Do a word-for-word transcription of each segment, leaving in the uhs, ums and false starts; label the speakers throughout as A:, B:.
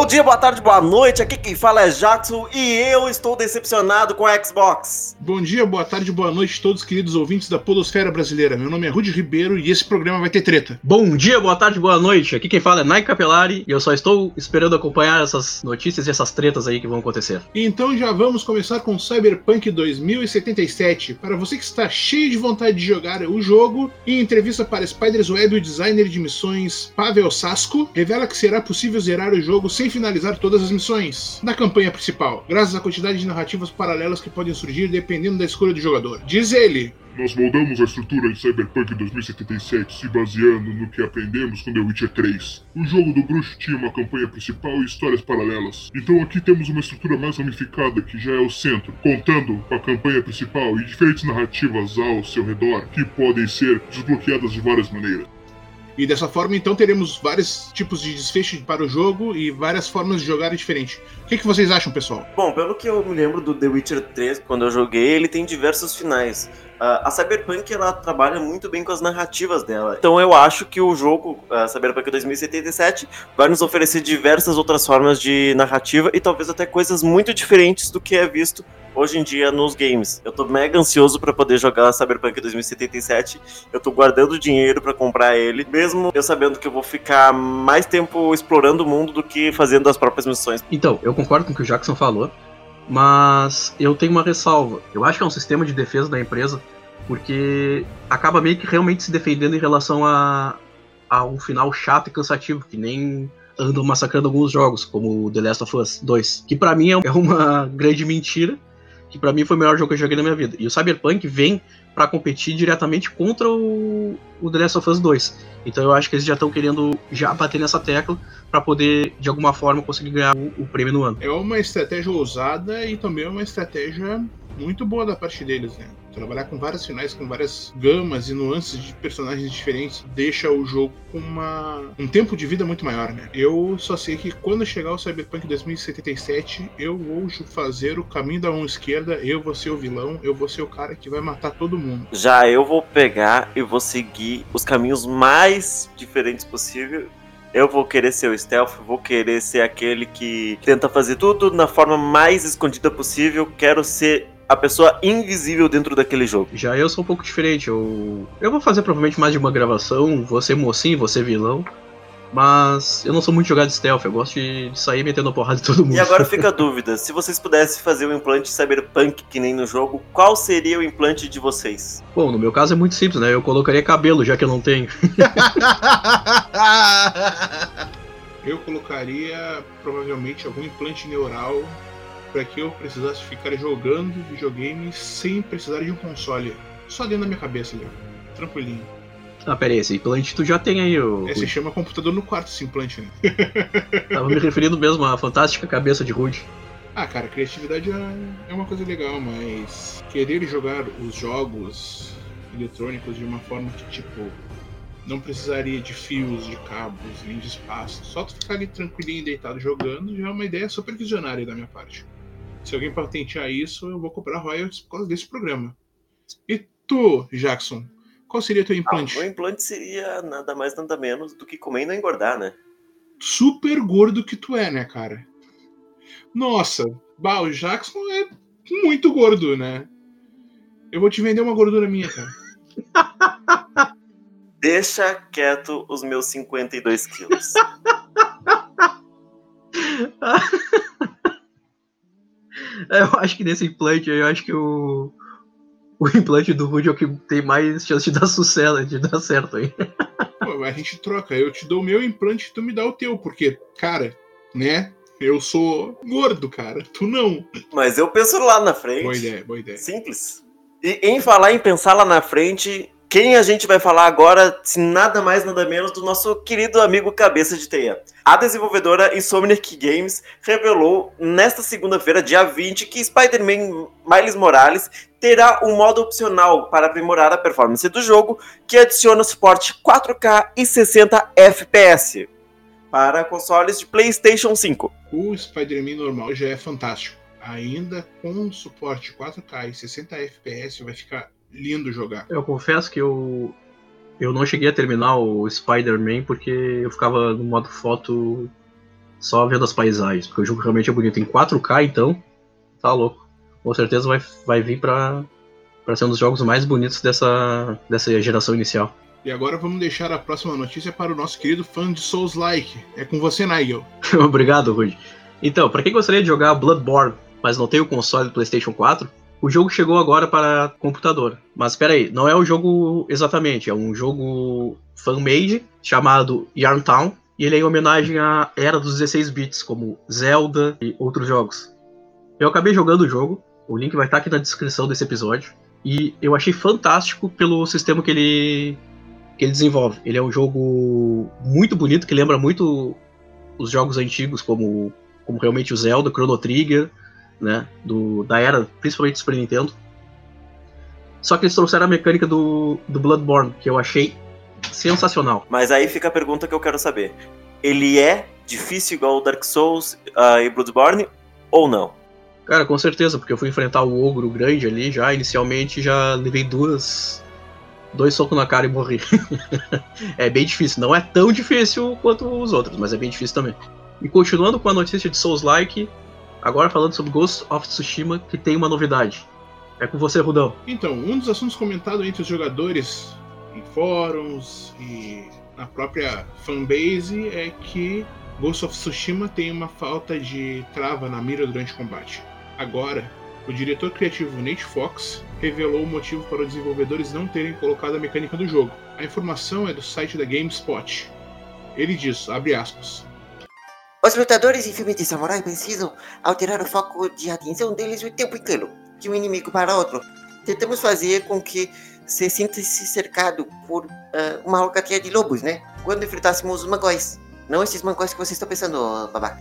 A: dia, boa tarde, boa noite, aqui quem fala é Jackson e eu estou decepcionado com a Xbox.
B: Bom dia, boa tarde, boa noite, todos queridos ouvintes da podosfera brasileira. Meu nome é Rudy Ribeiro e esse programa vai ter treta.
C: Bom dia, boa tarde, boa noite, aqui quem fala é Nike Capelari e eu só estou esperando acompanhar essas notícias e essas tretas aí que vão acontecer.
B: Então já vamos começar com Cyberpunk dois mil e setenta e sete. Para você que está cheio de vontade de jogar o jogo, em entrevista para Spider's Web, o designer de missões Pavel Sasko revela que será possível zerar o jogo sem finalizar todas as missões da campanha principal, graças à quantidade de narrativas paralelas que podem surgir dependendo da escolha do jogador. Diz ele:
D: nós moldamos a estrutura de Cyberpunk dois mil e setenta e sete se baseando no que aprendemos com The Witcher três. O jogo do bruxo tinha uma campanha principal e histórias paralelas. Então aqui temos uma estrutura mais ramificada que já é o centro, contando com a campanha principal e diferentes narrativas ao seu redor que podem ser desbloqueadas de várias maneiras.
B: E dessa forma, então, teremos vários tipos de desfecho para o jogo e várias formas de jogar diferentes. O que, que vocês acham, pessoal?
A: Bom, pelo que eu me lembro do The Witcher três, quando eu joguei, ele tem diversos finais. Uh, a Cyberpunk, ela trabalha muito bem com as narrativas dela. Então eu acho que o jogo, uh, Cyberpunk dois mil e setenta e sete, vai nos oferecer diversas outras formas de narrativa e talvez até coisas muito diferentes do que é visto hoje em dia nos games. Eu tô mega ansioso pra poder jogar Cyberpunk dois mil e setenta e sete. Eu tô guardando dinheiro pra comprar ele, mesmo eu sabendo que eu vou ficar mais tempo explorando o mundo do que fazendo as próprias missões.
C: Então, eu concordo com o que o Jackson falou, mas eu tenho uma ressalva. Eu acho que é um sistema de defesa da empresa, porque acaba meio que realmente se defendendo em relação a, a um final chato e cansativo, que nem andam massacrando alguns jogos, como o The Last of Us dois, que pra mim é uma grande mentira, que pra mim foi o melhor jogo que eu joguei na minha vida. E o Cyberpunk vem pra competir diretamente contra o, o The Last of Us dois. Então eu acho que eles já estão querendo já bater nessa tecla pra poder, de alguma forma, conseguir ganhar o, o prêmio no ano.
B: É uma estratégia ousada e também uma estratégia muito boa da parte deles, né? Trabalhar com vários finais, com várias gamas e nuances de personagens diferentes, deixa o jogo com uma, um tempo de vida muito maior, né? Eu só sei que quando chegar o Cyberpunk dois mil e setenta e sete, eu vou fazer o caminho da mão esquerda, eu vou ser o vilão, eu vou ser o cara que vai matar todo mundo.
A: Já eu vou pegar e vou seguir os caminhos mais diferentes possível. Eu vou querer ser o stealth, vou querer ser aquele que tenta fazer tudo na forma mais escondida possível, quero ser a pessoa invisível dentro daquele jogo.
C: Já eu sou um pouco diferente, eu, eu vou fazer provavelmente mais de uma gravação, vou ser mocinho, vou ser vilão, mas eu não sou muito de jogar de stealth, eu gosto de, de sair metendo porrada de todo mundo.
A: E agora fica a dúvida, se vocês pudessem fazer um implante Cyberpunk que nem no jogo, qual seria o implante de vocês?
C: Bom, no meu caso é muito simples, né, eu colocaria cabelo, já que eu não tenho.
B: Eu colocaria provavelmente algum implante neural para que eu precisasse ficar jogando videogame sem precisar de um console. Só dentro da minha cabeça, Léo. Tranquilinho.
C: Ah, pera aí, esse implante tu já tem aí, o...
B: É, se chama computador no quarto esse implante, né?
C: Tava me referindo mesmo à fantástica cabeça de Rudy.
B: Ah, cara, criatividade é uma coisa legal, mas querer jogar os jogos eletrônicos de uma forma que, tipo, não precisaria de fios, de cabos, nem de espaço. Só tu ficar ali tranquilinho, deitado, jogando, já é uma ideia super visionária da minha parte. Se alguém patentear isso, eu vou cobrar royalties por causa desse programa. E tu, Jackson, qual seria teu implante?
A: Ah, o implante seria nada mais, nada menos do que comer e não engordar, né?
B: Super gordo que tu é, né, cara? Nossa, bah, o Jackson é muito gordo, né? Eu vou te vender uma gordura minha, cara.
A: Deixa quieto os meus cinquenta e dois quilos.
C: Eu acho que nesse implante, eu acho que o, o implante do Rudy é o que tem mais chance de dar sucesso, de dar certo aí.
B: Pô, a gente troca, eu te dou o meu implante e tu me dá o teu, porque, cara, né, eu sou gordo, cara, tu não.
A: Mas eu penso lá na frente.
B: Boa ideia, boa ideia.
A: Simples. E em falar em pensar lá na frente, quem a gente vai falar agora, se nada mais nada menos do nosso querido amigo Cabeça de Teia. A desenvolvedora Insomniac Games revelou nesta segunda-feira, dia vinte, que Spider-Man Miles Morales terá um modo opcional para aprimorar a performance do jogo, que adiciona suporte quatro K e sessenta F P S para consoles de PlayStation cinco.
B: O Spider-Man normal já é fantástico. Ainda com suporte quatro K e sessenta F P S vai ficar lindo jogar.
C: Eu confesso que eu, eu não cheguei a terminar o Spider-Man porque eu ficava no modo foto só vendo as paisagens, porque o jogo realmente é bonito. Em quatro K, então, tá louco. Com certeza vai, vai vir pra, pra ser um dos jogos mais bonitos dessa, dessa geração inicial.
B: E agora vamos deixar a próxima notícia para o nosso querido fã de Souls-like. É com você, Nigel.
C: Obrigado, Rudy. Então, pra quem gostaria de jogar Bloodborne, mas não tem o console do PlayStation quatro, o jogo chegou agora para computador. Mas espera aí, não é o jogo exatamente, é um jogo fan-made chamado Yarntown, e ele é em homenagem à era dos dezesseis bits, como Zelda e outros jogos. Eu acabei jogando o jogo, o link vai estar aqui na descrição desse episódio, e eu achei fantástico pelo sistema que ele, que ele desenvolve. Ele é um jogo muito bonito, que lembra muito os jogos antigos, como, como realmente o Zelda, Chrono Trigger, né, do, da era, principalmente do Super Nintendo. Só que eles trouxeram a mecânica do, do Bloodborne, que eu achei sensacional.
A: Mas aí fica a pergunta que eu quero saber. Ele é difícil igual o Dark Souls uh, e Bloodborne ou não?
C: Cara, com certeza, porque eu fui enfrentar o ogro grande ali já, inicialmente já levei duas... dois socos na cara e morri. É bem difícil, não é tão difícil quanto os outros, mas é bem difícil também. E continuando com a notícia de Souls-like, agora falando sobre Ghost of Tsushima, que tem uma novidade. É com você, Rudão.
B: Então, um dos assuntos comentados entre os jogadores em fóruns e na própria fanbase é que Ghost of Tsushima tem uma falta de trava na mira durante o combate. Agora, o diretor criativo Nate Fox revelou o motivo para os desenvolvedores não terem colocado a mecânica do jogo. A informação é do site da GameSpot. Ele diz, abre aspas,
E: os lutadores em filmes de samurai precisam alterar o foco de atenção deles o tempo inteiro, de um inimigo para outro. Tentamos fazer com que você sinta-se cercado por uh, uma alcateia de lobos, né? Quando enfrentássemos os mongóis. Não esses mongóis que vocês estão pensando, babá.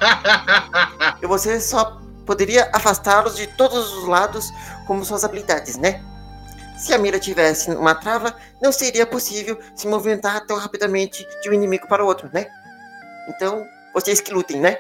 E: E você só poderia afastá-los de todos os lados com suas habilidades, né? Se a mira tivesse uma trava, não seria possível se movimentar tão rapidamente de um inimigo para o outro, né? Então, vocês que lutem, né?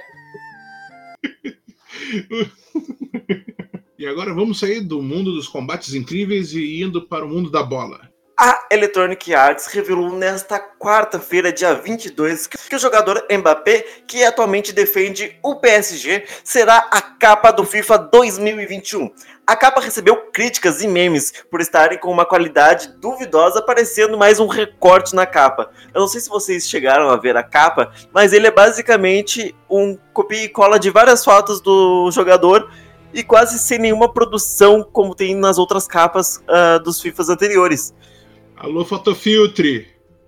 B: E agora vamos sair do mundo dos combates incríveis e indo para o mundo da bola.
A: A Electronic Arts revelou nesta quarta-feira, dia vinte e dois, que o jogador Mbappé, que atualmente defende o P S G, será a capa do FIFA dois mil e vinte e um. A capa recebeu críticas e memes por estarem com uma qualidade duvidosa, parecendo mais um recorte na capa. Eu não sei se vocês chegaram a ver a capa, mas ele é basicamente um copia e cola de várias fotos do jogador e quase sem nenhuma produção, como tem nas outras capas uh, dos FIFAs anteriores.
B: Alô, Photofiltre!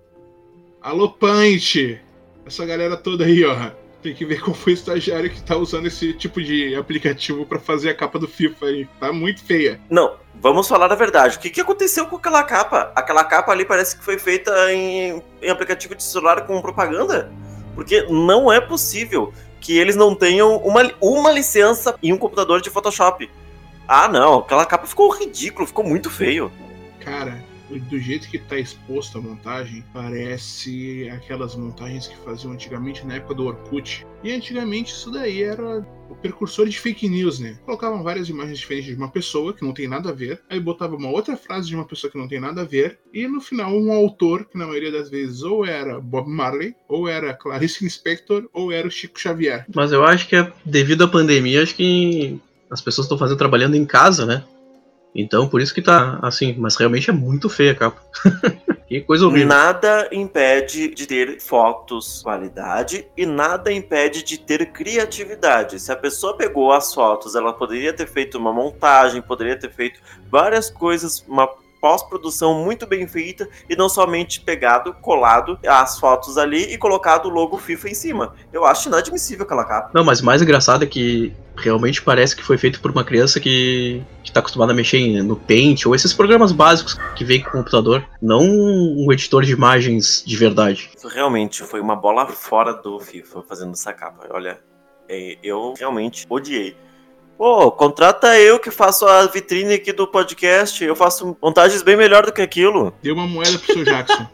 B: Alô, Paint! Essa galera toda aí, ó. Tem que ver qual foi o estagiário que tá usando esse tipo de aplicativo pra fazer a capa do FIFA aí. Tá muito feia.
A: Não, vamos falar a verdade. O que, que aconteceu com aquela capa? Aquela capa ali parece que foi feita em, em aplicativo de celular com propaganda. Porque não é possível que eles não tenham uma, uma licença em um computador de Photoshop. Ah, não. Aquela capa ficou ridículo, ficou muito feio.
B: Cara, do jeito que tá exposto a montagem, parece aquelas montagens que faziam antigamente na época do Orkut. E antigamente isso daí era o precursor de fake news, né? Colocavam várias imagens diferentes de uma pessoa que não tem nada a ver, aí botava uma outra frase de uma pessoa que não tem nada a ver, e no final um autor, que na maioria das vezes ou era Bob Marley, ou era Clarice Lispector, ou era o Chico Xavier.
C: Mas eu acho que é devido à pandemia, acho que as pessoas estão fazendo trabalhando em casa, né? Então, por isso que tá assim, mas realmente é muito feia a capa. Que coisa horrível.
A: Nada impede de ter fotos qualidade e nada impede de ter criatividade. Se a pessoa pegou as fotos, ela poderia ter feito uma montagem, poderia ter feito várias coisas, uma pós-produção muito bem feita e não somente pegado, colado as fotos ali e colocado o logo FIFA em cima. Eu acho inadmissível aquela capa.
C: Não, mas o mais engraçado é que realmente parece que foi feito por uma criança que, que tá acostumada a mexer no Paint ou esses programas básicos que vem com o computador, não um editor de imagens de verdade.
A: Isso realmente foi uma bola fora do FIFA fazendo essa capa. Olha, eu realmente odiei. Pô, contrata eu que faço a vitrine aqui do podcast, eu faço montagens bem melhor do que aquilo.
B: Dê uma moeda pro seu Jackson.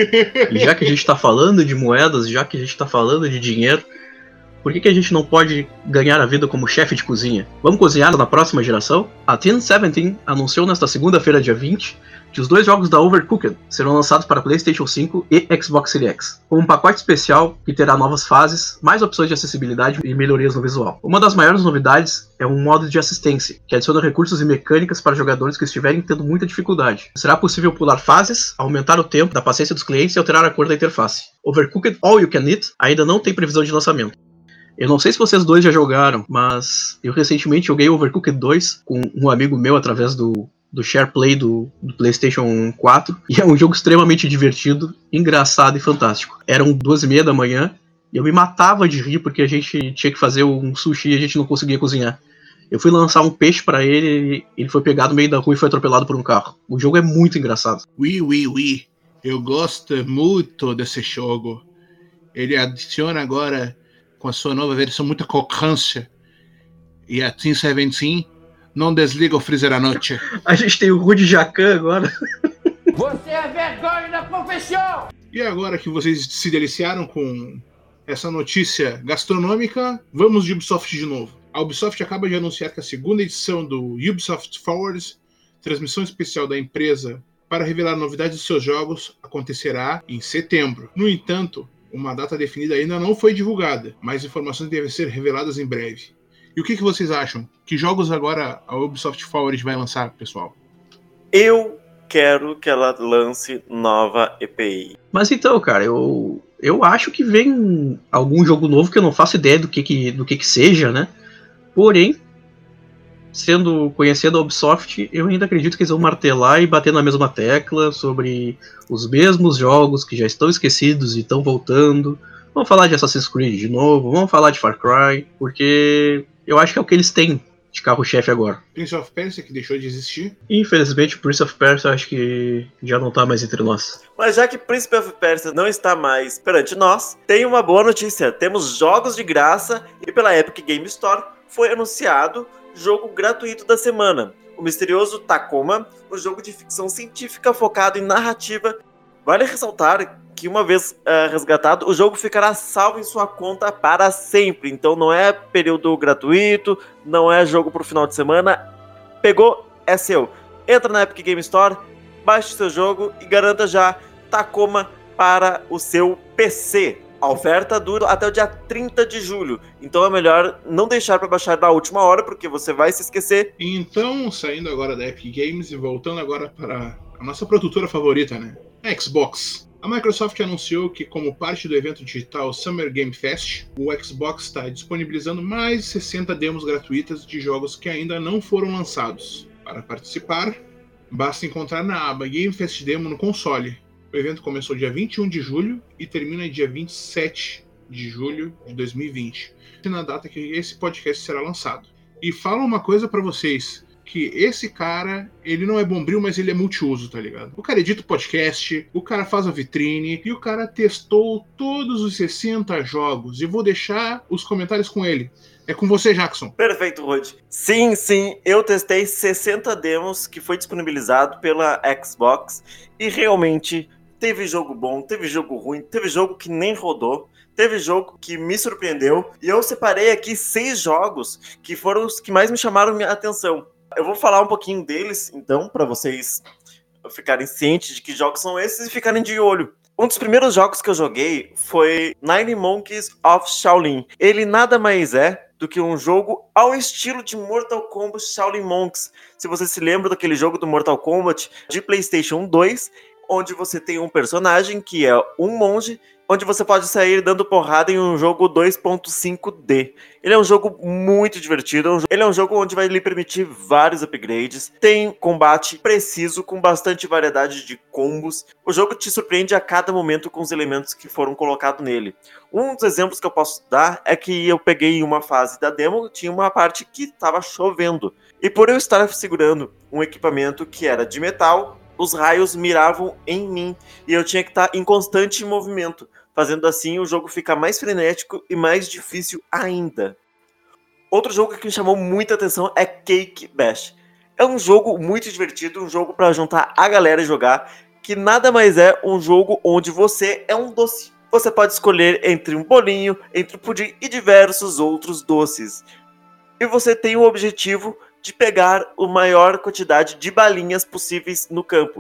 C: E já que a gente tá falando de moedas, já que a gente tá falando de dinheiro, por que, que a gente não pode ganhar a vida como chefe de cozinha? Vamos cozinhar na próxima geração? A Team dezessete anunciou nesta segunda-feira, dia vinte, que os dois jogos da Overcooked serão lançados para PlayStation cinco e Xbox Series X, com um pacote especial que terá novas fases, mais opções de acessibilidade e melhorias no visual. Uma das maiores novidades é um modo de assistência, que adiciona recursos e mecânicas para jogadores que estiverem tendo muita dificuldade. Será possível pular fases, aumentar o tempo da paciência dos clientes e alterar a cor da interface. Overcooked All You Can Eat ainda não tem previsão de lançamento. Eu não sei se vocês dois já jogaram, mas eu recentemente joguei Overcooked dois com um amigo meu através do, do SharePlay do, do PlayStation quatro, e é um jogo extremamente divertido, engraçado e fantástico. Eram duas e meia da manhã e eu me matava de rir porque a gente tinha que fazer um sushi e a gente não conseguia cozinhar. Eu fui lançar um peixe pra ele, ele foi pegado no meio da rua e foi atropelado por um carro. O jogo é muito engraçado.
B: Oui, oui, oui. Eu gosto muito desse jogo. Ele adiciona agora, com a sua nova versão, muita crocância. E a Team dezessete não desliga o freezer à noite.
C: A gente tem o Rudy Jacan agora.
F: Você é vergonha da profissão!
B: E agora que vocês se deliciaram com essa notícia gastronômica, vamos de Ubisoft de novo. A Ubisoft acaba de anunciar que a segunda edição do Ubisoft Forward, transmissão especial da empresa para revelar novidades de seus jogos, acontecerá em setembro. No entanto, uma data definida ainda não foi divulgada, mas informações devem ser reveladas em breve. E o que, que vocês acham? Que jogos agora a Ubisoft Forward vai lançar, pessoal?
A: Eu quero que ela lance nova E P I.
C: Mas então, cara, eu, eu acho que vem algum jogo novo que eu não faço ideia do que, que, do que, que seja, né? Porém, sendo conhecendo a Ubisoft, eu ainda acredito que eles vão martelar e bater na mesma tecla sobre os mesmos jogos que já estão esquecidos e estão voltando. Vamos falar de Assassin's Creed de novo, vamos falar de Far Cry, porque eu acho que é o que eles têm de carro-chefe agora.
B: Prince of Persia, que deixou de existir.
C: Infelizmente, o Prince of Persia acho que já não tá mais entre nós.
A: Mas já que Prince of Persia não está mais perante nós, tem uma boa notícia. Temos jogos de graça e pela Epic Game Store foi anunciado jogo gratuito da semana. O misterioso Tacoma, um jogo de ficção científica focado em narrativa. Vale ressaltar que uma vez uh, resgatado, o jogo ficará salvo em sua conta para sempre. Então não é período gratuito, não é jogo pro final de semana. Pegou, é seu. Entra na Epic Game Store, baixe seu jogo e garanta já Tacoma para o seu P C. A oferta dura até o dia trinta de julho, então é melhor não deixar para baixar na última hora, porque você vai se esquecer.
B: Então, saindo agora da Epic Games e voltando agora para a nossa produtora favorita, né? Xbox. A Microsoft anunciou que, como parte do evento digital Summer Game Fest, o Xbox está disponibilizando mais de sessenta demos gratuitas de jogos que ainda não foram lançados. Para participar, basta encontrar na aba Game Fest Demo no console. O evento começou dia vinte e um de julho e termina dia vinte e sete de julho de dois mil e vinte, na data que esse podcast será lançado. E falo uma coisa pra vocês, que esse cara, ele não é bombril, mas ele é multiuso, tá ligado? O cara edita o podcast, o cara faz a vitrine e o cara testou todos os sessenta jogos. E vou deixar os comentários com ele. É com você, Jackson.
A: Perfeito, Rod. Sim, sim, eu testei sessenta demos que foi disponibilizado pela Xbox e realmente teve jogo bom, teve jogo ruim, teve jogo que nem rodou, teve jogo que me surpreendeu. E eu separei aqui seis jogos que foram os que mais me chamaram minha atenção. Eu vou falar um pouquinho deles, então, para vocês ficarem cientes de que jogos são esses e ficarem de olho. Um dos primeiros jogos que eu joguei foi Nine Monkeys of Shaolin. Ele nada mais é do que um jogo ao estilo de Mortal Kombat Shaolin Monks. Se você se lembra daquele jogo do Mortal Kombat de PlayStation dois, onde você tem um personagem que é um monge, onde você pode sair dando porrada em um jogo dois ponto cinco D. Ele é um jogo muito divertido, ele é um jogo onde vai lhe permitir vários upgrades, tem combate preciso, com bastante variedade de combos. O jogo te surpreende a cada momento com os elementos que foram colocados nele. Um dos exemplos que eu posso dar é que eu peguei uma fase da demo, tinha uma parte que estava chovendo. E por eu estar segurando um equipamento que era de metal, os raios miravam em mim e eu tinha que estar em constante movimento, fazendo assim o jogo ficar mais frenético e mais difícil ainda. Outro jogo que me chamou muita atenção é Cake Bash. É um jogo muito divertido, um jogo para juntar a galera e jogar, que nada mais é um jogo onde você é um doce. Você pode escolher entre um bolinho, entre um pudim e diversos outros doces. E você tem o objetivo de pegar a maior quantidade de balinhas possíveis no campo.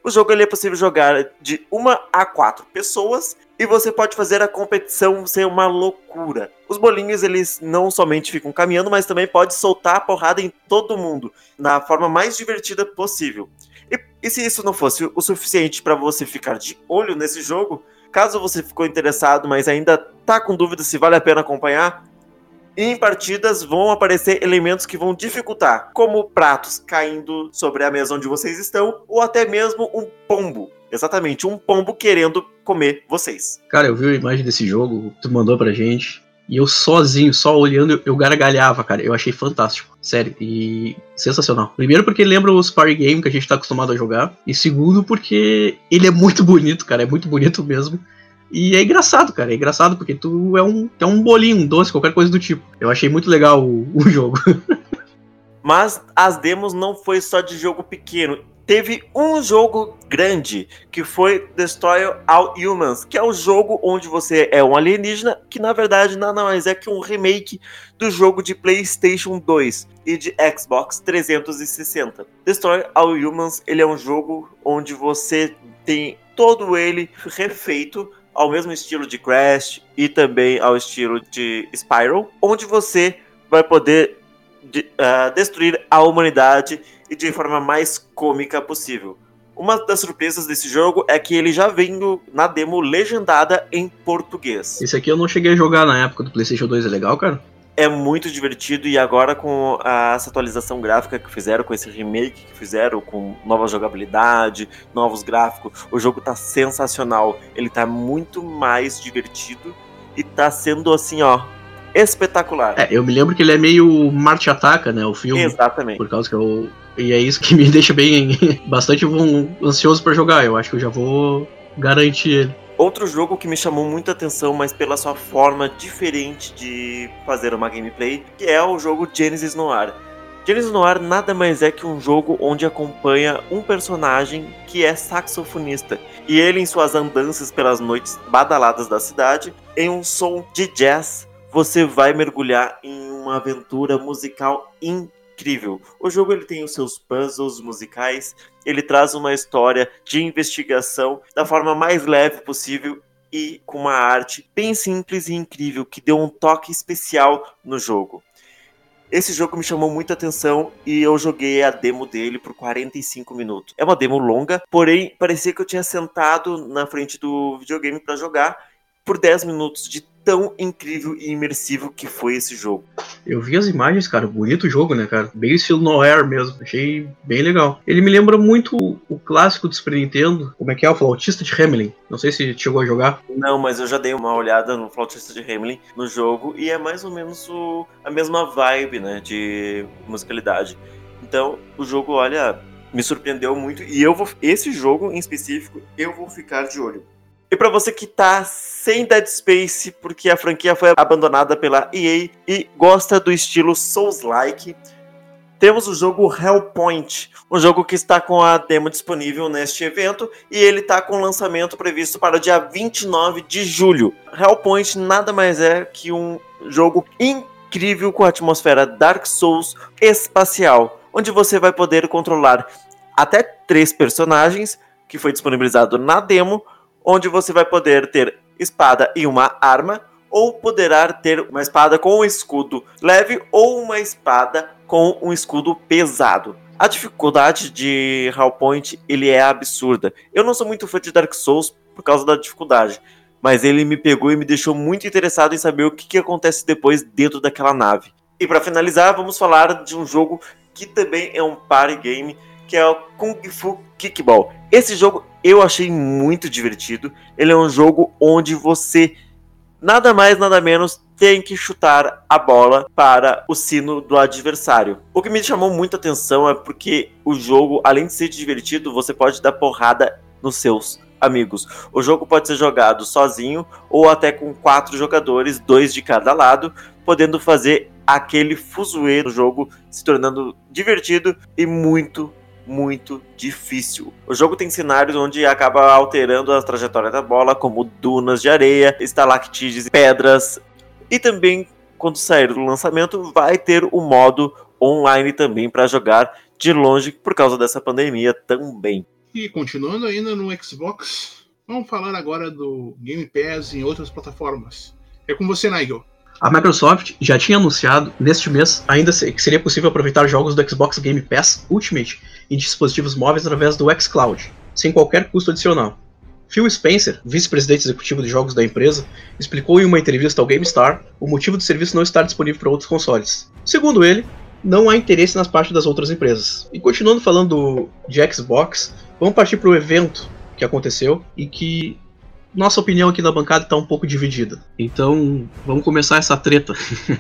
A: O jogo ele é possível jogar de uma a quatro pessoas e você pode fazer a competição ser uma loucura. Os bolinhos eles não somente ficam caminhando, mas também pode soltar a porrada em todo mundo, da forma mais divertida possível. E, e se isso não fosse o suficiente para você ficar de olho nesse jogo, caso você ficou interessado, mas ainda tá com dúvida se vale a pena acompanhar, em partidas vão aparecer elementos que vão dificultar, como pratos caindo sobre a mesa onde vocês estão, ou até mesmo um pombo. Exatamente, um pombo querendo comer vocês.
C: Cara, eu vi a imagem desse jogo, tu mandou pra gente, e eu sozinho, só olhando, eu gargalhava, cara. Eu achei fantástico, sério, e sensacional. Primeiro porque lembra os party game que a gente tá acostumado a jogar, e segundo porque ele é muito bonito, cara, é muito bonito mesmo. E é engraçado, cara, é engraçado porque tu é um, é um bolinho, um doce, qualquer coisa do tipo. Eu achei muito legal o, o jogo.
A: Mas as demos não foi só de jogo pequeno. Teve um jogo grande, que foi Destroy All Humans, que é o jogo onde você é um alienígena, que na verdade nada mais é que um remake do jogo de PlayStation dois e de Xbox trezentos e sessenta. Destroy All Humans, ele é um jogo onde você tem todo ele refeito, ao mesmo estilo de Crash e também ao estilo de Spyro, onde você vai poder de, uh, destruir a humanidade e de forma mais cômica possível. Uma das surpresas desse jogo é que ele já vem no, na demo legendada em português.
C: Esse aqui eu não cheguei a jogar na época do PlayStation dois, é legal, cara?
A: É muito divertido e agora com a, essa atualização gráfica que fizeram, com esse remake que fizeram, com nova jogabilidade, novos gráficos, o jogo tá sensacional. Ele tá muito mais divertido e tá sendo assim, ó, espetacular.
C: É, eu me lembro que ele é meio Marte Ataca, né, o filme.
A: Exatamente.
C: Por causa que eu... E é isso que me deixa bem bastante ansioso pra jogar. Eu acho que eu já vou garantir ele.
A: Outro jogo que me chamou muita atenção, mas pela sua forma diferente de fazer uma gameplay, que é o jogo Genesis Noir. Genesis Noir nada mais é que um jogo onde acompanha um personagem que é saxofonista. E ele, em suas andanças pelas noites badaladas da cidade, em um som de jazz, você vai mergulhar em uma aventura musical incrível. Incrível. O jogo ele tem os seus puzzles musicais, ele traz uma história de investigação da forma mais leve possível e com uma arte bem simples e incrível que deu um toque especial no jogo. Esse jogo me chamou muita atenção e eu joguei a demo dele por quarenta e cinco minutos. É uma demo longa, porém parecia que eu tinha sentado na frente do videogame para jogar por dez minutos de tão incrível e imersivo que foi esse jogo.
C: Eu vi as imagens, cara, bonito o jogo, né, cara? Bem estilo Noir mesmo, achei bem legal. Ele me lembra muito o clássico do Super Nintendo, como é que é, o Flautista de Hamelin. Não sei se chegou a jogar.
A: Não, mas eu já dei uma olhada no Flautista de Hamelin no jogo e é mais ou menos o, a mesma vibe, né, de musicalidade. Então, o jogo, olha, me surpreendeu muito e eu vou, esse jogo em específico, eu vou ficar de olho. E pra você que tá sem Dead Space, porque a franquia foi abandonada pela E A e gosta do estilo Souls-like, temos o jogo Hellpoint, um jogo que está com a demo disponível neste evento e ele está com lançamento previsto para o dia vinte e nove de julho. Hellpoint nada mais é que um jogo incrível com a atmosfera Dark Souls espacial, onde você vai poder controlar até três personagens, que foi disponibilizado na demo, onde você vai poder ter espada e uma arma, ou poderá ter uma espada com um escudo leve ou uma espada com um escudo pesado. A dificuldade de Hellpoint, ele é absurda. Eu não sou muito fã de Dark Souls por causa da dificuldade, mas ele me pegou e me deixou muito interessado em saber o que, que acontece depois dentro daquela nave. E para finalizar, vamos falar de um jogo que também é um party game, que é o Kung Fu Kickball. Esse jogo eu achei muito divertido. Ele é um jogo onde você, nada mais nada menos, tem que chutar a bola para o sino do adversário. O que me chamou muita atenção é porque o jogo, além de ser divertido, você pode dar porrada nos seus amigos. O jogo pode ser jogado sozinho ou até com quatro jogadores, dois de cada lado, podendo fazer aquele fuzuê no jogo, se tornando divertido e muito muito difícil. O jogo tem cenários onde acaba alterando a trajetória da bola, como dunas de areia, estalactites, pedras, e também, quando sair do lançamento, vai ter o modo online também para jogar de longe, por causa dessa pandemia também.
B: E continuando ainda no Xbox, vamos falar agora do Game Pass em outras plataformas. É com você, Nigel.
C: A Microsoft já tinha anunciado neste mês ainda que seria possível aproveitar jogos do Xbox Game Pass Ultimate em dispositivos móveis através do xCloud, sem qualquer custo adicional. Phil Spencer, vice-presidente executivo de jogos da empresa, explicou em uma entrevista ao GameStar o motivo do serviço não estar disponível para outros consoles. Segundo ele, não há interesse nas partes das outras empresas. E continuando falando de Xbox, vamos partir para o evento que aconteceu e que nossa opinião aqui na bancada está um pouco dividida. Então, vamos começar essa treta.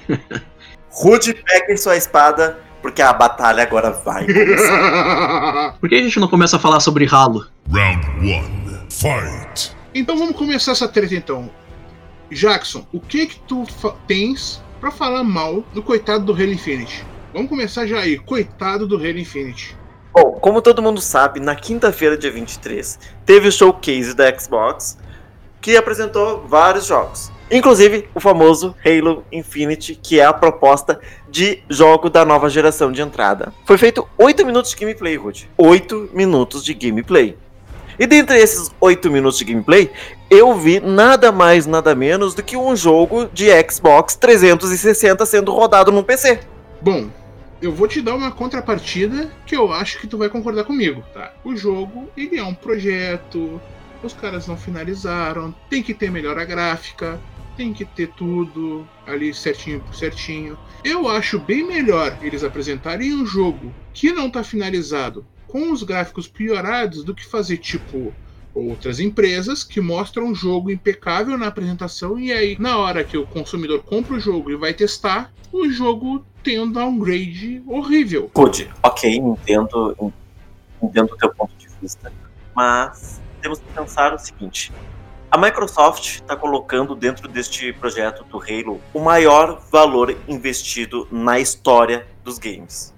A: Rude, pegue sua espada, porque a batalha agora vai começar.
C: Por que a gente não começa a falar sobre Halo?
D: Round one. Fight!
B: Então vamos começar essa treta então. Jackson, o que que tu fa- tens pra falar mal do coitado do Halo Infinite? Vamos começar já aí, coitado do Halo Infinite.
A: Bom, como todo mundo sabe, na quinta-feira, dia vinte e três, teve o showcase da Xbox, que apresentou vários jogos. Inclusive, o famoso Halo Infinite, que é a proposta de jogo da nova geração de entrada. Foi feito oito minutos de gameplay, Rudy. oito minutos de gameplay. E dentre esses oito minutos de gameplay, eu vi nada mais, nada menos do que um jogo de Xbox trezentos e sessenta sendo rodado no P C.
B: Bom, eu vou te dar uma contrapartida que eu acho que tu vai concordar comigo, tá? O jogo, ele é um projeto, os caras não finalizaram, tem que ter melhora gráfica, tem que ter tudo ali certinho por certinho. Eu acho bem melhor eles apresentarem um jogo que não tá finalizado com os gráficos piorados do que fazer tipo outras empresas que mostram um jogo impecável na apresentação e aí na hora que o consumidor compra o jogo e vai testar, o jogo tem um downgrade horrível.
A: Pude, ok, entendo, entendo o teu ponto de vista, mas temos que pensar o seguinte: a Microsoft está colocando dentro deste projeto do Halo o maior valor investido na história dos games.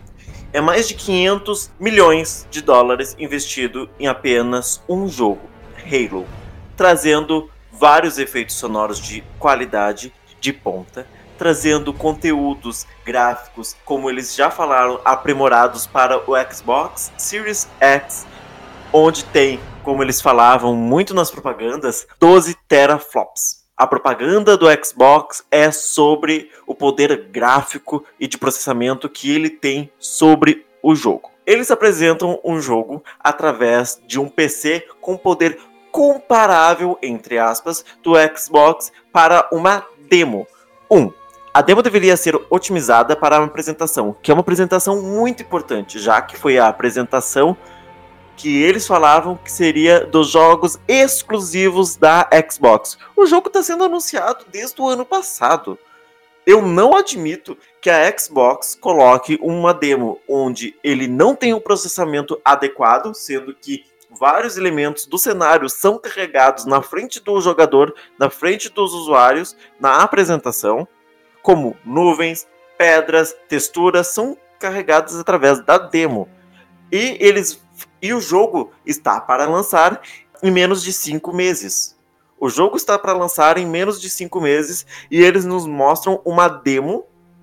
A: É mais de quinhentos milhões de dólares investido em apenas um jogo, Halo, trazendo vários efeitos sonoros de qualidade de ponta, trazendo conteúdos gráficos, como eles já falaram, aprimorados para o Xbox Series X, onde tem, como eles falavam muito nas propagandas, doze teraflops. A propaganda do Xbox é sobre o poder gráfico e de processamento que ele tem sobre o jogo. Eles apresentam um jogo através de um P C com poder comparável, entre aspas, do Xbox para uma demo. Um, a demo deveria ser otimizada para uma apresentação, que é uma apresentação muito importante, já que foi a apresentação que eles falavam que seria dos jogos exclusivos da Xbox. O jogo está sendo anunciado desde o ano passado. Eu não admito que a Xbox coloque uma demo onde ele não tem o processamento adequado, sendo que vários elementos do cenário são carregados na frente do jogador, na frente dos usuários, na apresentação, como nuvens, pedras, texturas, são carregadas através da demo. E eles E o jogo está para lançar em menos de cinco meses. O jogo está para lançar em menos de cinco meses e eles nos mostram uma demo.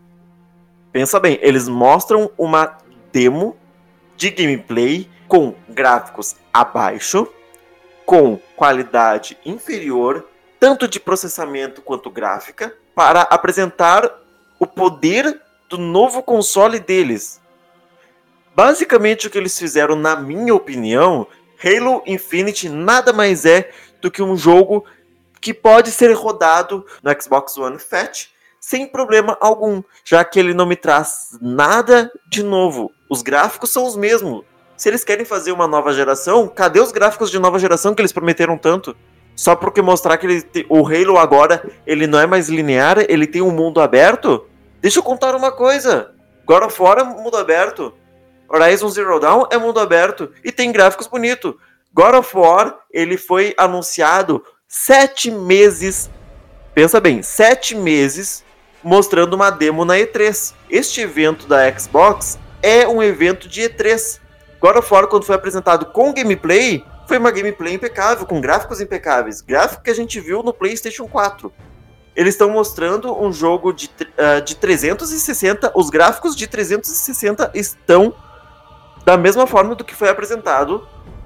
A: Pensa bem, eles mostram uma demo de gameplay com gráficos abaixo, com qualidade inferior, tanto de processamento quanto gráfica, para apresentar o poder do novo console deles. Basicamente o que eles fizeram, na minha opinião, Halo Infinite nada mais é do que um jogo que pode ser rodado no Xbox One Fat sem problema algum, já que ele não me traz nada de novo. Os gráficos são os mesmos. Se eles querem fazer uma nova geração, cadê os gráficos de nova geração que eles prometeram tanto? Só porque mostrar que ele te... o Halo agora ele não é mais linear, ele tem um mundo aberto? Deixa eu contar uma coisa. God of War é mundo aberto. Horizon Zero Dawn é mundo aberto e tem gráficos bonitos. God of War, ele foi anunciado sete meses, pensa bem, sete meses mostrando uma demo na E três. Este evento da Xbox é um evento de E três. God of War, quando foi apresentado com gameplay, foi uma gameplay impecável, com gráficos impecáveis. Gráfico que a gente viu no PlayStation quatro. Eles estão mostrando um jogo de, uh, de trezentos e sessenta, os gráficos de trezentos e sessenta estão da mesma forma do que foi apresentado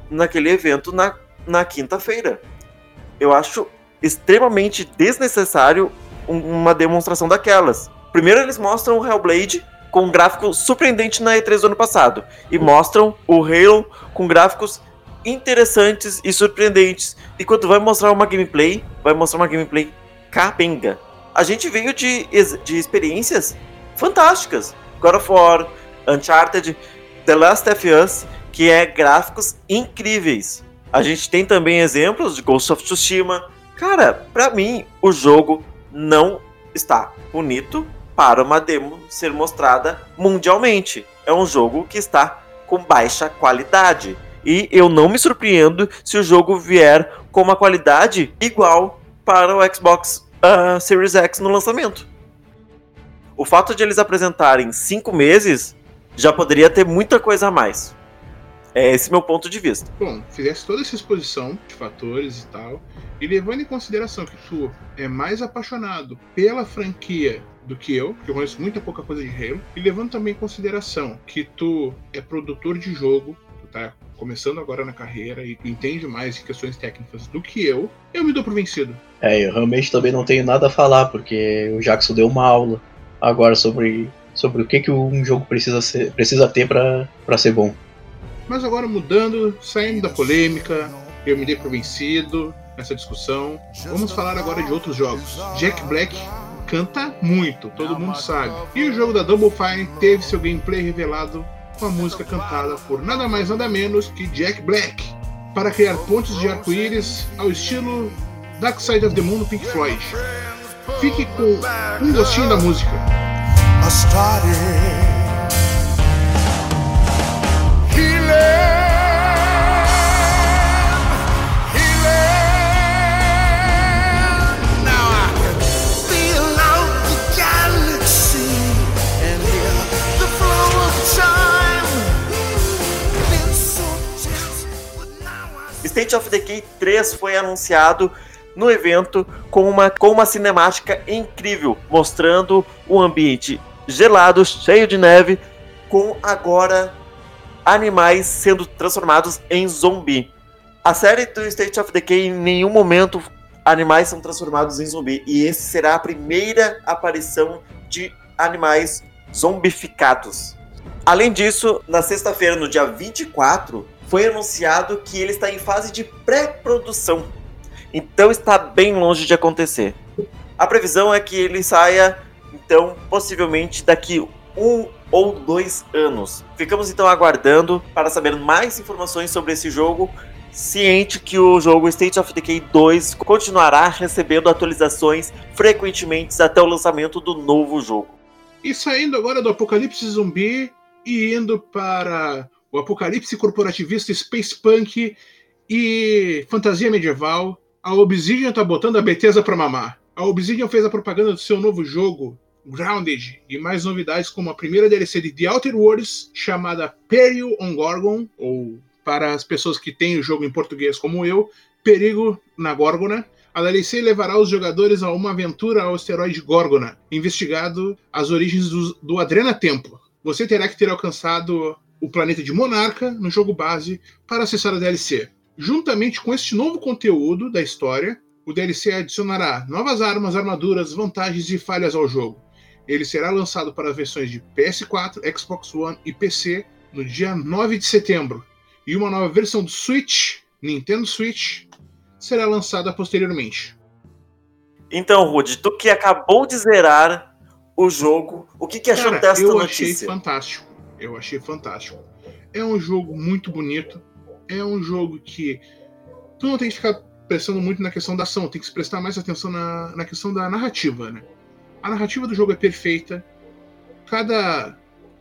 A: naquele evento na, na quinta-feira. Eu acho extremamente desnecessário uma demonstração daquelas. Primeiro eles mostram o Hellblade com um gráfico surpreendente na E três do ano passado, e mostram o Halo com gráficos interessantes e surpreendentes. E quando vai mostrar uma gameplay, vai mostrar uma gameplay capenga. A gente veio de, de experiências fantásticas. God of War, Uncharted, The Last of Us, que é gráficos incríveis. A gente tem também exemplos de Ghost of Tsushima. Cara, pra mim, o jogo não está bonito para uma demo ser mostrada mundialmente. É um jogo que está com baixa qualidade. E eu não me surpreendo se o jogo vier com uma qualidade igual para o Xbox uh, Series X no lançamento. O fato de eles apresentarem cinco meses já poderia ter muita coisa a mais. É esse meu ponto de vista.
B: Bom, fizesse toda essa exposição de fatores e tal, e levando em consideração que tu é mais apaixonado pela franquia do que eu, que eu conheço muita pouca coisa de Halo, e levando também em consideração que tu é produtor de jogo, tu tá começando agora na carreira e entende mais de questões técnicas do que eu, eu me dou por vencido.
C: É, eu realmente também não tenho nada a falar, porque o Jackson deu uma aula agora sobre, sobre o que, que um jogo precisa, ser, precisa ter pra, pra ser bom.
B: Mas agora mudando, saindo da polêmica, eu me dei por vencido nessa discussão, vamos falar agora de outros jogos. Jack Black canta muito, todo mundo sabe. E o jogo da Double Fine teve seu gameplay revelado com a música cantada por nada mais nada menos que Jack Black, para criar pontes de arco-íris ao estilo Dark Side of the Moon do Pink Floyd. Fique com um gostinho da música.
A: State of Decay três foi anunciado no evento com uma, com uma cinemática incrível, mostrando um ambiente gelado, cheio de neve, com agora animais sendo transformados em zumbi. A série do State of Decay, em nenhum momento animais são transformados em zumbi, e esse será a primeira aparição de animais zombificados. Além disso, na sexta-feira, no dia vinte e quatro, foi anunciado que ele está em fase de pré-produção. Então está bem longe de acontecer. A previsão é que ele saia, então, possivelmente daqui um ou dois anos. Ficamos então aguardando para saber mais informações sobre esse jogo, ciente que o jogo State of Decay dois continuará recebendo atualizações frequentemente até o lançamento do novo jogo.
B: E saindo agora do apocalipse zumbi e indo para o apocalipse corporativista Space Punk e fantasia medieval, a Obsidian tá botando a Bethesda pra mamar. A Obsidian fez a propaganda do seu novo jogo, Grounded, e mais novidades como a primeira D L C de The Outer Worlds, chamada Peril on Gorgon, ou para as pessoas que têm o jogo em português como eu, Perigo na Górgona. A D L C levará os jogadores a uma aventura ao asteroide Górgona, investigado as origens do, do Adrena Templo. Você terá que ter alcançado o planeta de Monarca no jogo base para acessar a D L C. Juntamente com este novo conteúdo da história, o D L C adicionará novas armas, armaduras, vantagens e falhas ao jogo. Ele será lançado para as versões de P S quatro, Xbox One e P C no dia nove de setembro. E uma nova versão do Switch, Nintendo Switch, será lançada posteriormente.
A: Então, Rudy, tu que acabou de zerar o jogo, o que, que achou
B: Cara,
A: dessa
B: eu
A: notícia?
B: achei fantástico. Eu achei fantástico. É um jogo muito bonito. É um jogo que tu não tem que ficar prestando muito na questão da ação, tem que prestar mais atenção na, na questão da narrativa, né? A narrativa do jogo é perfeita. Cada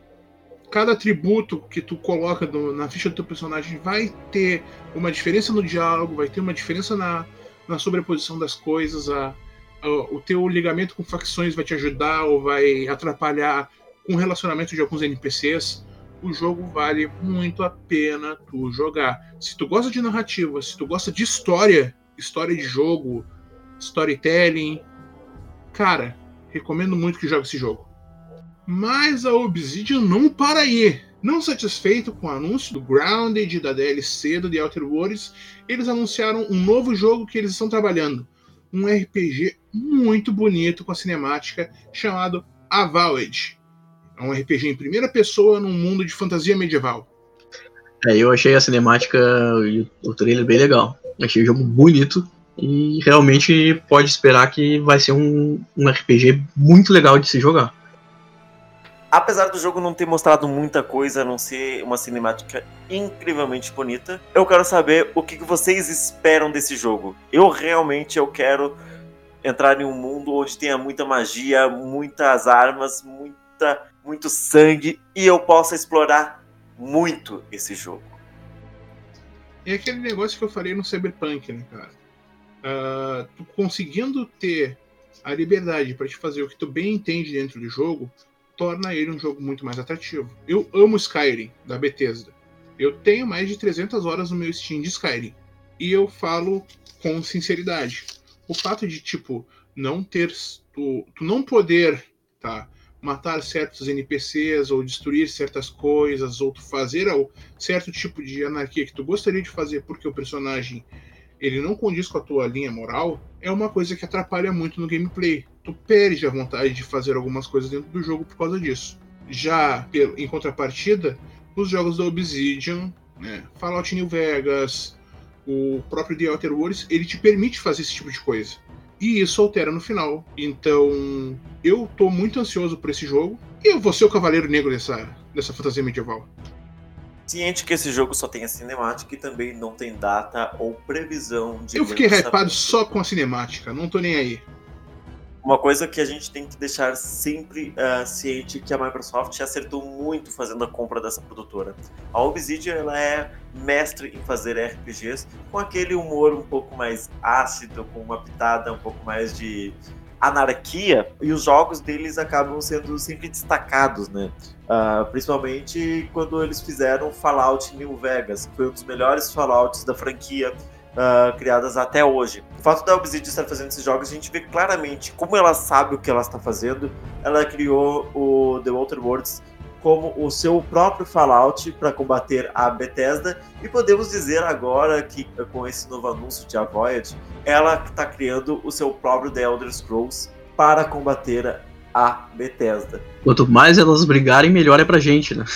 B: cada atributo que tu coloca do, na ficha do teu personagem vai ter uma diferença no diálogo, vai ter uma diferença na, na sobreposição das coisas. A, a, o teu ligamento com facções vai te ajudar ou vai atrapalhar com o relacionamento de alguns N P Cs. O jogo vale muito a pena tu jogar. Se tu gosta de narrativa, se tu gosta de história, história de jogo, storytelling, cara, recomendo muito que jogue esse jogo. Mas a Obsidian não para aí. Não satisfeito com o anúncio do Grounded e da D L C do The Outer Worlds, eles anunciaram um novo jogo que eles estão trabalhando. Um R P G muito bonito com a cinemática chamado Avowed. É um R P G em primeira pessoa num mundo de fantasia medieval.
C: É, eu achei a cinemática e o trailer bem legal. Achei o jogo bonito e realmente pode esperar que vai ser um, um R P G muito legal de se jogar.
A: Apesar do jogo não ter mostrado muita coisa, a não ser uma cinemática incrivelmente bonita, eu quero saber o que vocês esperam desse jogo. Eu realmente eu quero entrar em um mundo onde tenha muita magia, muitas armas, muita, muito sangue, e eu possa explorar muito esse jogo.
B: É aquele negócio que eu falei no Cyberpunk, né, cara? Uh, tu conseguindo ter a liberdade para te fazer o que tu bem entende dentro do jogo, torna ele um jogo muito mais atrativo. Eu amo Skyrim, da Bethesda. Eu tenho mais de trezentas horas no meu Steam de Skyrim. E eu falo com sinceridade. O fato de, tipo, não ter... Tu, tu não poder, tá, matar certos N P Cs, ou destruir certas coisas, ou tu fazer certo tipo de anarquia que tu gostaria de fazer porque o personagem ele não condiz com a tua linha moral, é uma coisa que atrapalha muito no gameplay. Tu perde a vontade de fazer algumas coisas dentro do jogo por causa disso. Já em contrapartida, os jogos da Obsidian, né, Fallout New Vegas, o próprio The Outer Worlds, ele te permite fazer esse tipo de coisa. E isso altera no final. Então, eu tô muito ansioso por esse jogo. E eu vou ser o Cavaleiro Negro dessa, dessa fantasia medieval.
A: Ciente que esse jogo só tem a cinemática e também não tem data ou previsão de...
B: Eu fiquei hypado só com a cinemática, não tô nem aí.
A: Uma coisa que a gente tem que deixar sempre uh, ciente que a Microsoft acertou muito fazendo a compra dessa produtora. A Obsidian ela é mestre em fazer R P Gs com aquele humor um pouco mais ácido, com uma pitada um pouco mais de anarquia, e os jogos deles acabam sendo sempre destacados, né? Uh, principalmente quando eles fizeram Fallout New Vegas, que foi um dos melhores Fallouts da franquia uh, criadas até hoje. O fato da Obsidian estar fazendo esses jogos, a gente vê claramente como ela sabe o que ela está fazendo. Ela criou o The Outer Worlds como o seu próprio Fallout para combater a Bethesda, e podemos dizer agora que com esse novo anúncio de Avowed, ela está criando o seu próprio The Elder Scrolls para combater a Bethesda.
C: Quanto mais elas brigarem, melhor é pra gente, né?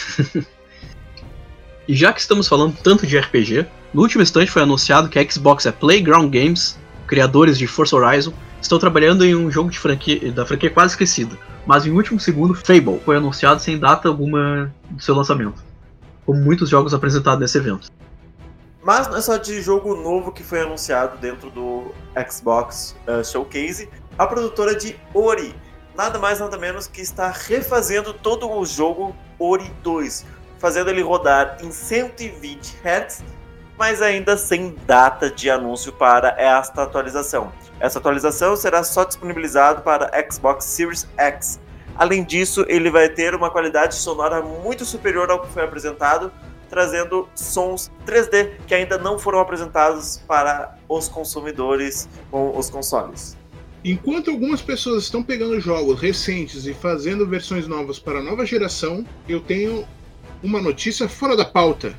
C: E já que estamos falando tanto de R P G, no último instante foi anunciado que a Xbox e Playground Games, criadores de Forza Horizon, estão trabalhando em um jogo de franquia, da franquia quase esquecida. Mas em último segundo, Fable foi anunciado sem data alguma do seu lançamento, como muitos jogos apresentados nesse evento.
A: Mas não é só de jogo novo que foi anunciado dentro do Xbox uh, Showcase. A produtora de Ori, nada mais nada menos que está refazendo todo o jogo Ori dois, fazendo ele rodar em cento e vinte hertz, mas ainda sem data de anúncio para esta atualização. Essa atualização será só disponibilizada para Xbox Series X. Além disso, ele vai ter uma qualidade sonora muito superior ao que foi apresentado, trazendo sons três D que ainda não foram apresentados para os consumidores com os consoles.
B: Enquanto algumas pessoas estão pegando jogos recentes e fazendo versões novas para a nova geração, eu tenho uma notícia fora da pauta.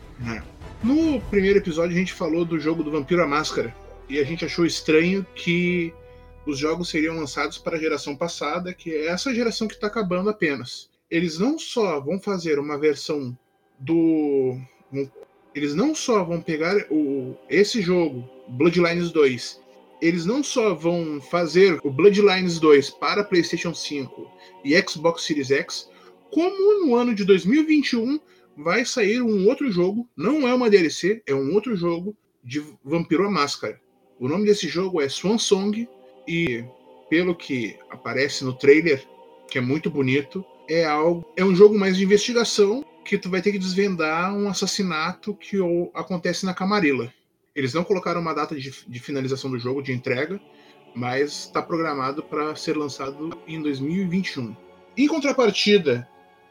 B: No primeiro episódio a gente falou do jogo do Vampiro à Máscara, e a gente achou estranho que os jogos seriam lançados para a geração passada, que é essa geração que está acabando apenas. Eles não só vão fazer uma versão do... Eles não só vão pegar o, esse jogo, Bloodlines dois, eles não só vão fazer o Bloodlines dois para PlayStation cinco e Xbox Series X, como no ano de dois mil e vinte e um vai sair um outro jogo, não é uma D L C, é um outro jogo de Vampiro à Máscara. O nome desse jogo é Swan Song, e pelo que aparece no trailer, que é muito bonito, é algo, é um jogo mais de investigação, que tu vai ter que desvendar um assassinato que acontece na Camarilla. Eles não colocaram uma data de, de finalização do jogo, de entrega, mas está programado para ser lançado em dois mil e vinte e um. Em contrapartida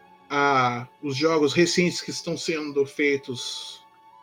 B: a os jogos recentes que estão sendo feitos,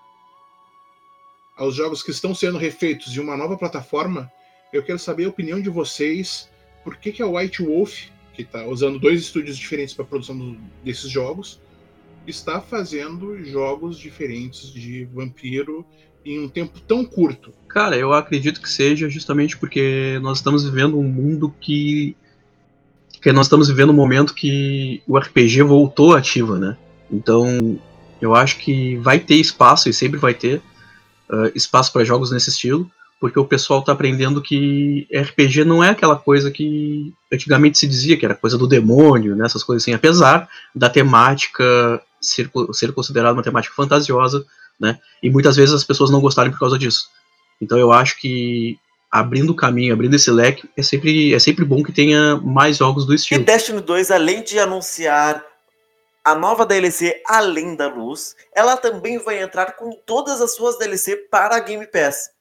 B: aos jogos que estão sendo refeitos de uma nova plataforma, eu quero saber a opinião de vocês. Por que, que a White Wolf, que está usando dois estúdios diferentes para a produção do, desses jogos, está fazendo jogos diferentes de vampiro em um tempo tão curto?
C: Cara, eu acredito que seja justamente porque nós estamos vivendo um mundo que... que nós estamos vivendo um momento que o R P G voltou ativa, né? Então, eu acho que vai ter espaço, e sempre vai ter uh, espaço para jogos nesse estilo, porque o pessoal tá aprendendo que R P G não é aquela coisa que antigamente se dizia, que era coisa do demônio, né, essas coisas assim, apesar da temática ser, ser considerada uma temática fantasiosa, né, e muitas vezes as pessoas não gostarem por causa disso. Então eu acho que abrindo o caminho, abrindo esse leque, é sempre, é sempre bom que tenha mais jogos do estilo.
A: E Destiny dois, além de anunciar a nova D L C Além da Luz, ela também vai entrar com todas as suas D L C para a Game Pass.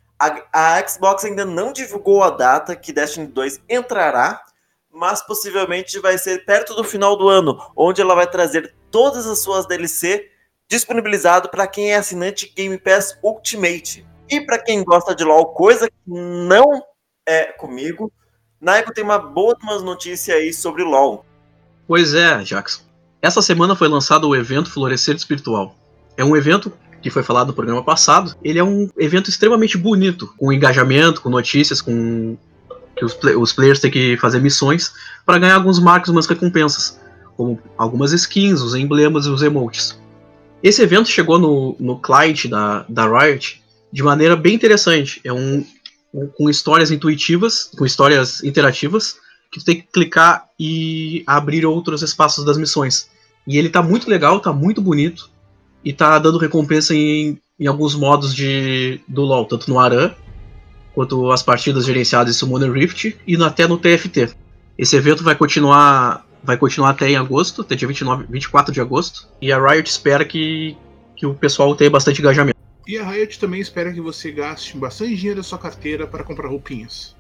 A: A, a Xbox ainda não divulgou a data que Destiny dois entrará, mas possivelmente vai ser perto do final do ano, onde ela vai trazer todas as suas D L C disponibilizado para quem é assinante Game Pass Ultimate. E para quem gosta de LoL, coisa que não é comigo, Naigo tem uma boa notícia aí sobre LoL.
C: Pois é, Jackson. Essa semana foi lançado o evento Florescer Espiritual. É um evento que foi falado no programa passado. Ele é um evento extremamente bonito, com engajamento, com notícias, com que os, play- os players têm que fazer missões para ganhar alguns marcos, umas recompensas, como algumas skins, os emblemas e os emotes. Esse evento chegou no, no client da, da Riot de maneira bem interessante. É um, um com histórias intuitivas, com histórias interativas, que tu tem que clicar e abrir outros espaços das missões. E ele tá muito legal, tá muito bonito, e tá dando recompensa em, em alguns modos de, do LoL, tanto no Aran, quanto as partidas gerenciadas em Summoner Rift, e no, até no T F T. Esse evento vai continuar, vai continuar até em agosto, até dia vinte e nove, vinte e quatro de agosto, e a Riot espera que, que o pessoal tenha bastante engajamento.
B: E a Riot também espera que você gaste bastante dinheiro da sua carteira para comprar roupinhas.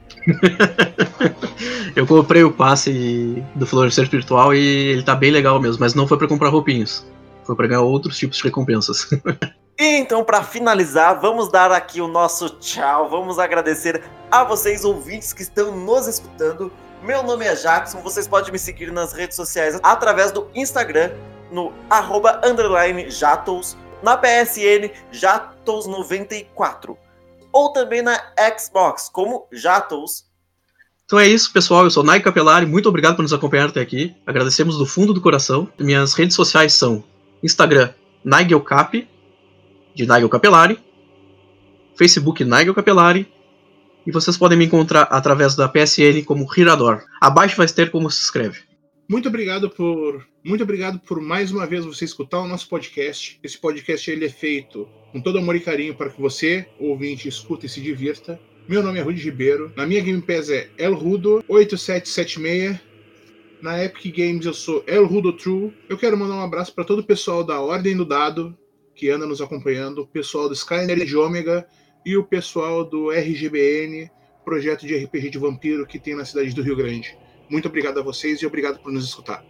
C: Eu comprei o passe do Florescer Virtual e ele tá bem legal mesmo, mas não foi pra comprar roupinhos, foi pra ganhar outros tipos de recompensas.
A: E então, para finalizar, vamos dar aqui o nosso tchau, vamos agradecer a vocês ouvintes que estão nos escutando. Meu nome é Jackson, vocês podem me seguir nas redes sociais através do Instagram, no arroba underline Jatos, na P S N Jatos noventa e quatro, ou também na Xbox, como Jatos.
C: Então é isso, pessoal, eu sou Naigo Capelari, muito obrigado por nos acompanhar até aqui, agradecemos do fundo do coração. Minhas redes sociais são Instagram, NaigelCap, de Nigel Capelari, Facebook Nigel Capelari, e vocês podem me encontrar através da P S N como Hirador. Abaixo vai ter como se escreve.
B: Muito obrigado por, muito obrigado por mais uma vez você escutar o nosso podcast. Esse podcast ele é feito com todo amor e carinho para que você, ouvinte, escute e se divirta. Meu nome é Rudy Ribeiro. Na minha Game Pass é Elrudo oito sete sete seis. Na Epic Games eu sou Elrudo True. Eu quero mandar um abraço para todo o pessoal da Ordem do Dado que anda nos acompanhando, o pessoal do Skynet de Ômega e o pessoal do R G B N, projeto de R P G de vampiro que tem na cidade do Rio Grande. Muito obrigado a vocês e obrigado por nos escutar.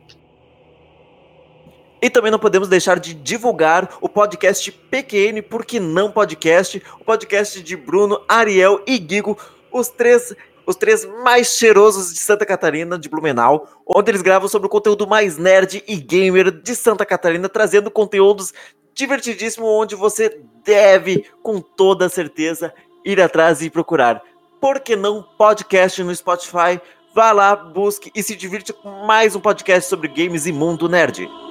A: E também não podemos deixar de divulgar o podcast P Q N Porque Não Podcast, o podcast de Bruno, Ariel e Guigo, os três, os três mais cheirosos de Santa Catarina, de Blumenau, onde eles gravam sobre o conteúdo mais nerd e gamer de Santa Catarina, trazendo conteúdos divertidíssimos onde você deve, com toda certeza, ir atrás e procurar. Por que não podcast no Spotify? Vá lá, busque e se divirta com mais um podcast sobre games e mundo nerd.